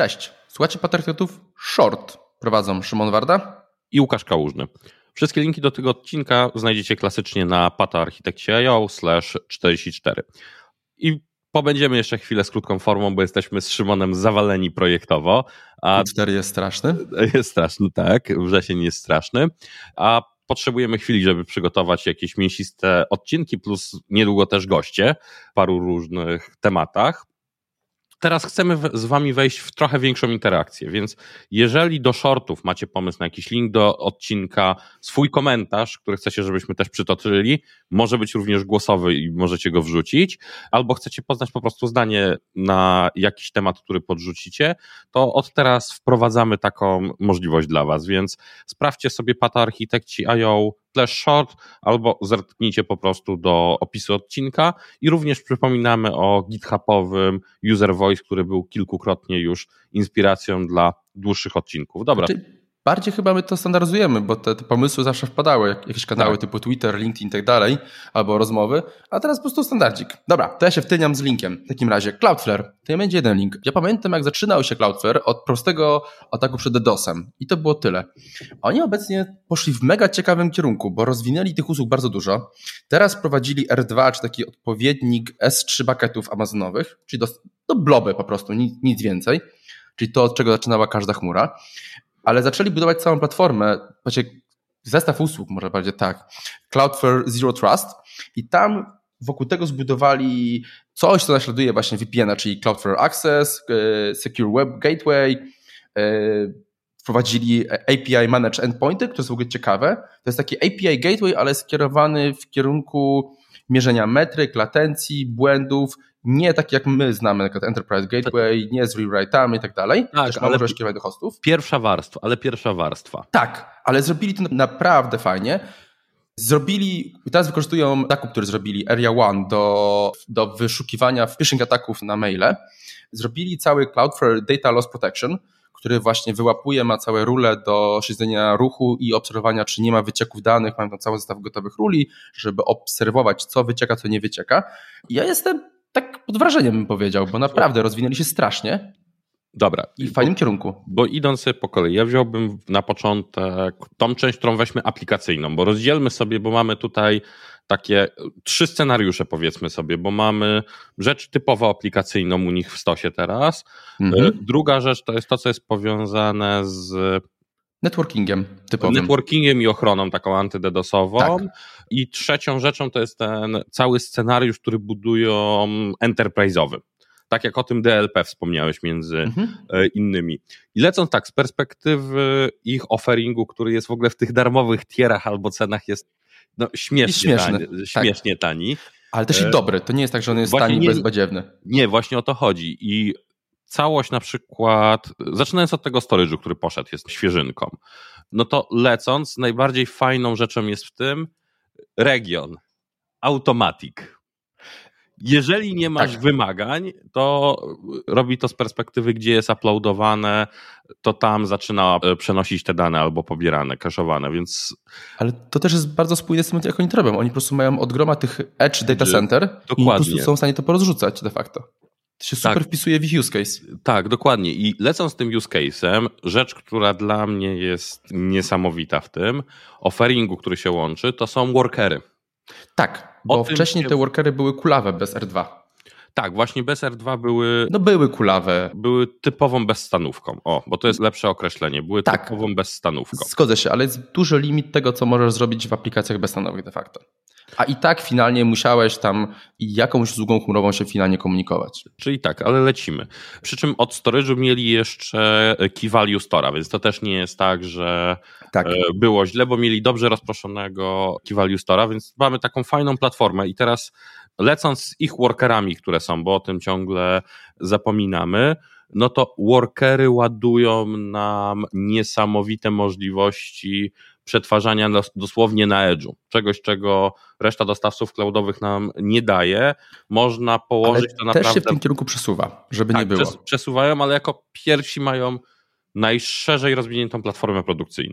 Cześć, słuchacie Patriotów Short. Prowadzą Szymon Warda i Łukasz Kałużny. Wszystkie linki do tego odcinka znajdziecie klasycznie na patoarchitekci.io/44. I pobędziemy jeszcze chwilę z krótką formą, bo jesteśmy z Szymonem zawaleni projektowo. A 4 jest straszny? Jest straszny, tak. Wrzesień jest straszny. A potrzebujemy chwili, żeby przygotować jakieś mięsiste odcinki, plus niedługo też goście w paru różnych tematach. Teraz chcemy z wami wejść w trochę większą interakcję, więc jeżeli do shortów macie pomysł na jakiś link do odcinka, swój komentarz, który chcecie, żebyśmy też przytoczyli, może być również głosowy i możecie go wrzucić, albo chcecie poznać po prostu zdanie na jakiś temat, który podrzucicie, to od teraz wprowadzamy taką możliwość dla was, więc sprawdźcie sobie patoarchitekci.io/short albo zerknijcie po prostu do opisu odcinka i również przypominamy o GitHubowym user voice, który był kilkukrotnie już inspiracją dla dłuższych odcinków. Dobra. Bardziej chyba my to standaryzujemy, bo te pomysły zawsze wpadały, jakieś kanały typu Twitter, LinkedIn i tak dalej, albo rozmowy, a teraz po prostu standardzik. Dobra, to ja się wtyniam z linkiem. W takim razie Cloudflare, to ja będzie jeden link. Ja pamiętam, jak zaczynał się Cloudflare od prostego ataku przed DDoS-em i to było tyle. Oni obecnie poszli w mega ciekawym kierunku, bo rozwinęli tych usług bardzo dużo. Teraz prowadzili R2, czy taki odpowiednik S3 bucketów amazonowych, czyli do bloby po prostu, nic więcej, czyli to, od czego zaczynała każda chmura. Ale zaczęli budować całą platformę, właściwie zestaw usług, może bardziej tak, Cloudflare Zero Trust i tam wokół tego zbudowali coś, co naśladuje właśnie VPN-a, czyli Cloudflare Access, Secure Web Gateway, wprowadzili API Manage Endpointy, które są w ogóle ciekawe. To jest taki API Gateway, ale skierowany w kierunku mierzenia metryk, latencji, błędów, nie tak jak my znamy, na przykład Enterprise Gateway, nie z rewrite'ami i tak dalej, tak, ale możesz kierować do hostów. Pierwsza warstwa. Tak, ale zrobili to naprawdę fajnie. Teraz wykorzystują ataku, który zrobili Area One do wyszukiwania phishing ataków na maile. Zrobili cały Cloudflare Data Loss Protection, który właśnie wyłapuje, ma całe rule do śledzenia ruchu i obserwowania, czy nie ma wycieków danych. Mają tam cały zestaw gotowych ruli, żeby obserwować, co wycieka, co nie wycieka. I ja jestem tak pod wrażeniem, bym powiedział, bo naprawdę rozwinęli się strasznie. Dobra. I w fajnym kierunku. Bo idąc sobie po kolei, ja wziąłbym na początek tą część, którą weźmy aplikacyjną, bo rozdzielmy sobie, bo mamy tutaj takie 3 scenariusze, powiedzmy sobie, bo mamy rzecz typowo aplikacyjną u nich w stosie teraz. Druga rzecz to jest to, co jest powiązane z networkingiem typowym. Networkingiem i ochroną taką antydedosową. Tak. I trzecią rzeczą to jest ten cały scenariusz, który budują enterprise'owy. Tak jak o tym DLP wspomniałeś między innymi. I lecąc tak z perspektywy ich offeringu, który jest w ogóle w tych darmowych tierach albo cenach jest śmiesznie tani. Ale też i dobry. To nie jest tak, że on jest tani, bo jest badziewny. Nie, właśnie o to chodzi. I całość na przykład, zaczynając od tego storage'u, który poszedł, jest świeżynką. No to lecąc, najbardziej fajną rzeczą jest w tym region. Automatic. Jeżeli nie masz wymagań, to robi to z perspektywy, gdzie jest uploadowane, to tam zaczyna przenosić te dane albo pobierane, cache'owane, więc... Ale to też jest bardzo spójne z tym, jak oni to robią. Oni po prostu mają od groma tych edge data center i po prostu są w stanie to porozrzucać de facto. To się super wpisuje w ich use case. Tak, dokładnie. I lecąc z tym use case'em, rzecz, która dla mnie jest niesamowita w tym offeringu, który się łączy, to są workery. Tak, bo wcześniej te workery były kulawe bez R2. Tak, właśnie bez R2 były... No były kulawe. Były typową bezstanówką. Bo to jest lepsze określenie. Były typową bezstanówką. Zgodzę się, ale jest duży limit tego, co możesz zrobić w aplikacjach bezstanowych de facto. A i tak finalnie musiałeś tam jakąś usługą chmurową się finalnie komunikować. Czyli tak, ale lecimy. Przy czym od storage'u mieli jeszcze key value store'a, więc to też nie jest tak, że było źle, bo mieli dobrze rozproszonego key value store'a, więc mamy taką fajną platformę i teraz lecąc z ich workerami, które są, bo o tym ciągle zapominamy, no to workery ładują nam niesamowite możliwości przetwarzania dosłownie na edge'u. Czegoś, czego reszta dostawców cloudowych nam nie daje. Można położyć ale to naprawdę... też się w tym kierunku przesuwa, żeby nie było. Przesuwają, ale jako pierwsi mają najszerzej rozwiniętą platformę produkcyjną.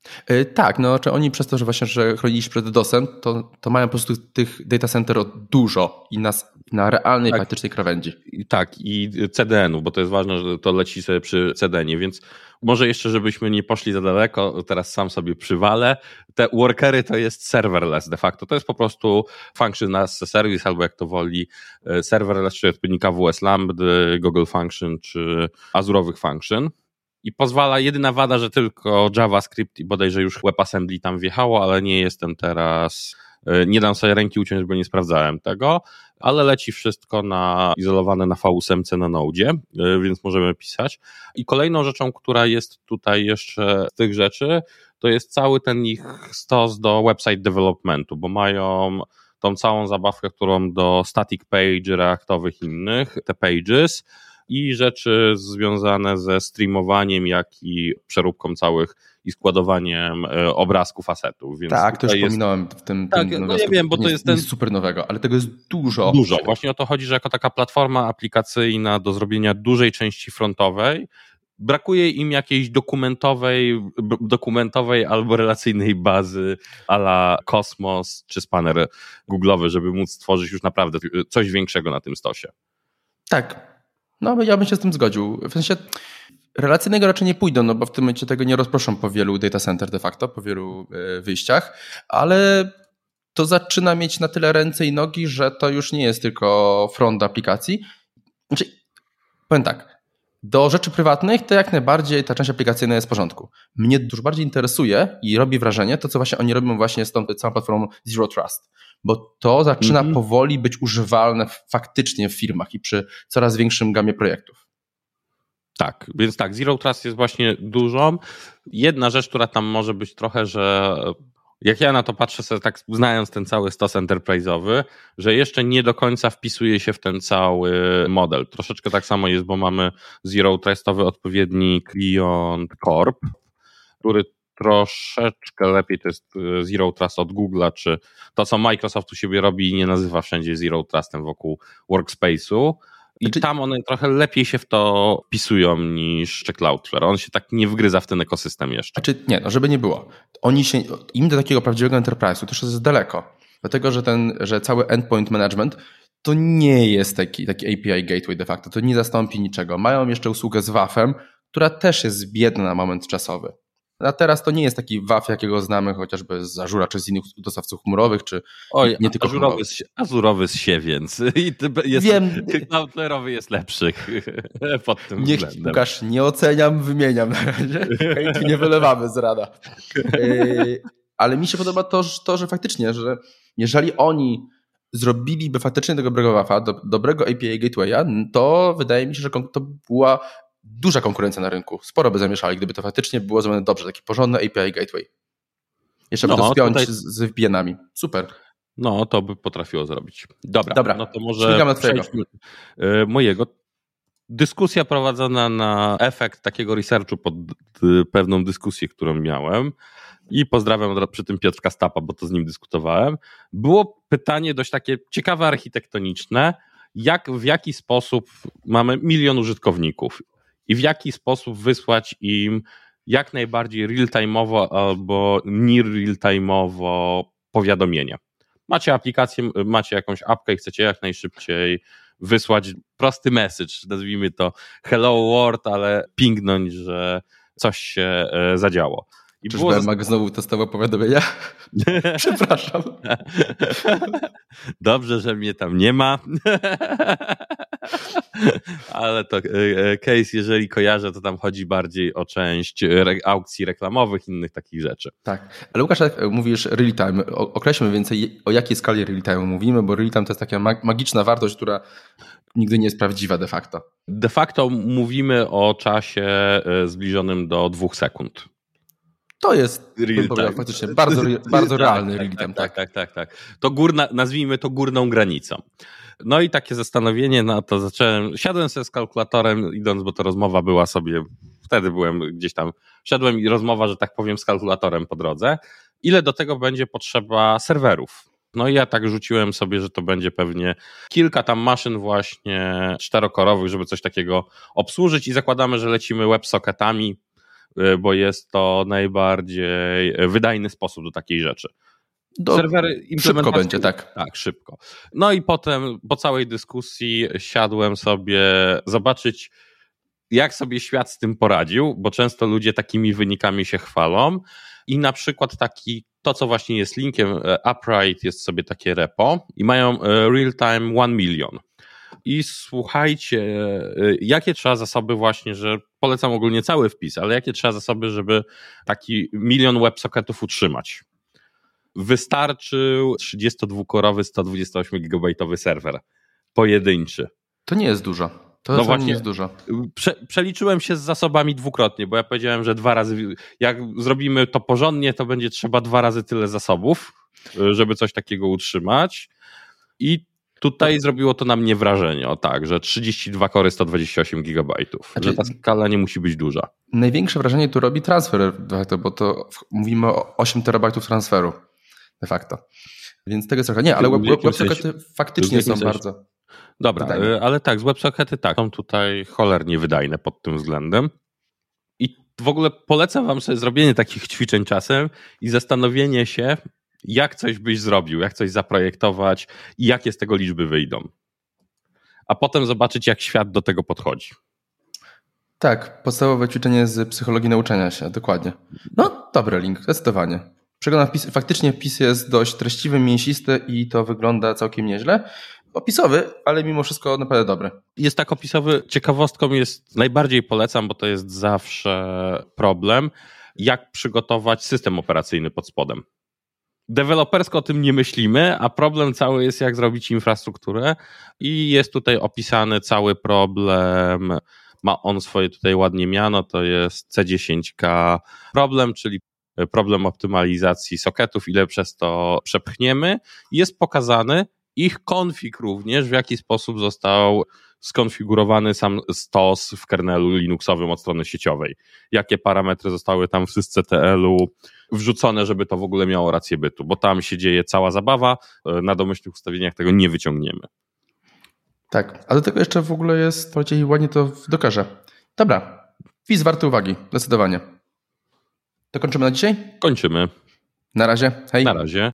Tak, no czy oni przez to, że właśnie, że chronili się przed DOS-em, to mają po prostu tych data center dużo i na realnej, faktycznej krawędzi. Tak, i CDN-u, bo to jest ważne, że to leci sobie przy CDN-ie, więc może jeszcze, żebyśmy nie poszli za daleko, teraz sam sobie przywalę. Te workery to jest serverless de facto, to jest po prostu function as a service, albo jak to woli, serverless, czyli odpowiednik AWS Lambda, Google Function, czy Azurowych Function. I pozwala, jedyna wada, że tylko JavaScript i bodajże już WebAssembly tam wjechało, ale nie jestem teraz, nie dam sobie ręki uciąć, bo nie sprawdzałem tego, ale leci wszystko izolowane na V8 na Node, więc możemy pisać. I kolejną rzeczą, która jest tutaj jeszcze z tych rzeczy, to jest cały ten ich stos do website developmentu, bo mają tą całą zabawkę, którą do static page, reaktowych innych, te pages, i rzeczy związane ze streamowaniem, jak i przeróbką całych i składowaniem obrazków, asetów. Więc tak, to już wspominałem w tym. Tak, no ja wiem, bo to jest nic super nowego, ale tego jest dużo. Dużo. Właśnie o to chodzi, że jako taka platforma aplikacyjna do zrobienia dużej części frontowej, brakuje im jakiejś dokumentowej albo relacyjnej bazy a la Cosmos czy Spanner Google'owy, żeby móc stworzyć już naprawdę coś większego na tym stosie. Tak. No, ja bym się z tym zgodził. W sensie relacyjnego raczej nie pójdą, no bo w tym momencie tego nie rozproszą po wielu data center de facto, po wielu wyjściach, ale to zaczyna mieć na tyle ręce i nogi, że to już nie jest tylko front aplikacji. Znaczy, powiem tak, do rzeczy prywatnych to jak najbardziej ta część aplikacyjna jest w porządku. Mnie dużo bardziej interesuje i robi wrażenie to, co właśnie oni robią właśnie z tą całą platformą Zero Trust, bo to zaczyna powoli być używalne faktycznie w firmach i przy coraz większym gamie projektów. Tak, więc tak, Zero Trust jest właśnie dużą. Jedna rzecz, która tam może być trochę, że jak ja na to patrzę sobie tak znając ten cały stos enterprise'owy, że jeszcze nie do końca wpisuje się w ten cały model. Troszeczkę tak samo jest, bo mamy Zero Trustowy odpowiednik Beyond Corp, który troszeczkę lepiej to jest Zero Trust od Google'a, czy to, co Microsoft u siebie robi i nie nazywa wszędzie Zero Trustem wokół Workspace'u. I tam one trochę lepiej się w to wpisują niż Cloudflare. On się tak nie wgryza w ten ekosystem jeszcze. Nie, no żeby nie było. Im do takiego prawdziwego enterprise'u też jest daleko. Dlatego, że cały endpoint management to nie jest taki API gateway de facto. To nie zastąpi niczego. Mają jeszcze usługę z WAF-em, która też jest biedna na moment czasowy. A teraz to nie jest taki WAF, jakiego znamy chociażby z Azura, czy z innych dostawców chmurowych, czy nie tylko Azurowy się, więc Cloudflare'owy jest lepszy pod tym względem. Łukasz, nie oceniam, wymieniam na razie. Nie wylewamy z rada. Ale mi się podoba to, że faktycznie, że jeżeli oni zrobiliby faktycznie dobrego WAF-a, dobrego API gatewaya, to wydaje mi się, że to była duża konkurencja na rynku. Sporo by zamieszali, gdyby to faktycznie było zrobione dobrze. Taki porządny API gateway. Jeszcze by to spiąć z VPN-ami. Super. No, to by potrafiło zrobić. Dobra. No to może przejdźmy mojego. Dyskusja prowadzona na efekt takiego researchu pod pewną dyskusję, którą miałem. I pozdrawiam przy tym Piotrka Stapa, bo to z nim dyskutowałem. Było pytanie dość takie ciekawe architektoniczne. W jaki sposób mamy 1 milion użytkowników i w jaki sposób wysłać im jak najbardziej real-time'owo albo nie real-time'owo powiadomienia. Macie aplikację, macie jakąś apkę i chcecie jak najszybciej wysłać prosty message, nazwijmy to hello world, ale pingnąć, że coś się zadziało. Czyżby Mac znowu testował powiadomienia? Przepraszam. Dobrze, że mnie tam nie ma. Ale to case, jeżeli kojarzę, to tam chodzi bardziej o część aukcji reklamowych, innych takich rzeczy. Tak, ale Łukasz, jak mówisz real time, określmy więcej, o jakiej skali real time mówimy, bo real time to jest taka magiczna wartość, która nigdy nie jest prawdziwa de facto. De facto mówimy o czasie zbliżonym do 2 sekund. To jest faktycznie bardzo realny real time. Tak. To nazwijmy to górną granicą. No i takie zastanowienie na to siadłem sobie z kalkulatorem idąc, bo to rozmowa była sobie, wtedy byłem gdzieś tam, siadłem i rozmowa, że tak powiem, z kalkulatorem po drodze. Ile do tego będzie potrzeba serwerów? No i ja tak rzuciłem sobie, że to będzie pewnie kilka tam maszyn właśnie 4-korowych, żeby coś takiego obsłużyć i zakładamy, że lecimy WebSocketami. bo jest to najbardziej wydajny sposób do takiej rzeczy. Serwery szybko będzie, tak. Tak, szybko. No i potem po całej dyskusji siadłem sobie zobaczyć, jak sobie świat z tym poradził, bo często ludzie takimi wynikami się chwalą i na przykład to co właśnie jest linkiem, Upright jest sobie takie repo i mają real-time 1 million. I słuchajcie, jakie trzeba zasoby właśnie, że polecam ogólnie cały wpis, ale jakie trzeba zasoby, żeby taki 1 milion WebSocketów utrzymać. Wystarczył 32-korowy 128 GB serwer pojedynczy. To nie jest dużo. To właśnie nie jest dużo. Przeliczyłem się z zasobami dwukrotnie, bo ja powiedziałem, że 2 razy, jak zrobimy to porządnie, to będzie trzeba 2 razy tyle zasobów, żeby coś takiego utrzymać. I tutaj zrobiło to na mnie wrażenie, że 32 kory, 128 GB, że ta skala nie musi być duża. Największe wrażenie tu robi transfer, bo to mówimy o 8 terabajtów transferu de facto. Więc tego jest trochę. Nie, ale WebSockety faktycznie są bardzo... Dobra, ale tak, z WebSockety są tutaj cholernie wydajne pod tym względem. I w ogóle polecam wam sobie zrobienie takich ćwiczeń czasem i zastanowienie się, jak coś byś zrobił, jak coś zaprojektować i jakie z tego liczby wyjdą. A potem zobaczyć, jak świat do tego podchodzi. Tak, podstawowe ćwiczenie z psychologii nauczania się, dokładnie. No, dobry link, zdecydowanie. Przeglądam wpis, faktycznie wpis jest dość treściwy, mięsisty i to wygląda całkiem nieźle. Opisowy, ale mimo wszystko naprawdę dobry. Jest tak opisowy. Ciekawostką jest, najbardziej polecam, bo to jest zawsze problem, jak przygotować system operacyjny pod spodem. Dewelopersko o tym nie myślimy, a problem cały jest, jak zrobić infrastrukturę i jest tutaj opisany cały problem. Ma on swoje tutaj ładnie miano, to jest C10K problem, czyli problem optymalizacji socketów, ile przez to przepchniemy. Jest pokazany ich konfig również, w jaki sposób został skonfigurowany sam stos w kernelu linuxowym od strony sieciowej. Jakie parametry zostały tam w sysctl-u wrzucone, żeby to w ogóle miało rację bytu, bo tam się dzieje cała zabawa, na domyślnych ustawieniach tego nie wyciągniemy. Tak, a do tego jeszcze w ogóle jest, bardziej ładnie to w Dockerze. Dobra, wpis warty uwagi, zdecydowanie. To kończymy na dzisiaj? Kończymy. Na razie, hej. Na razie.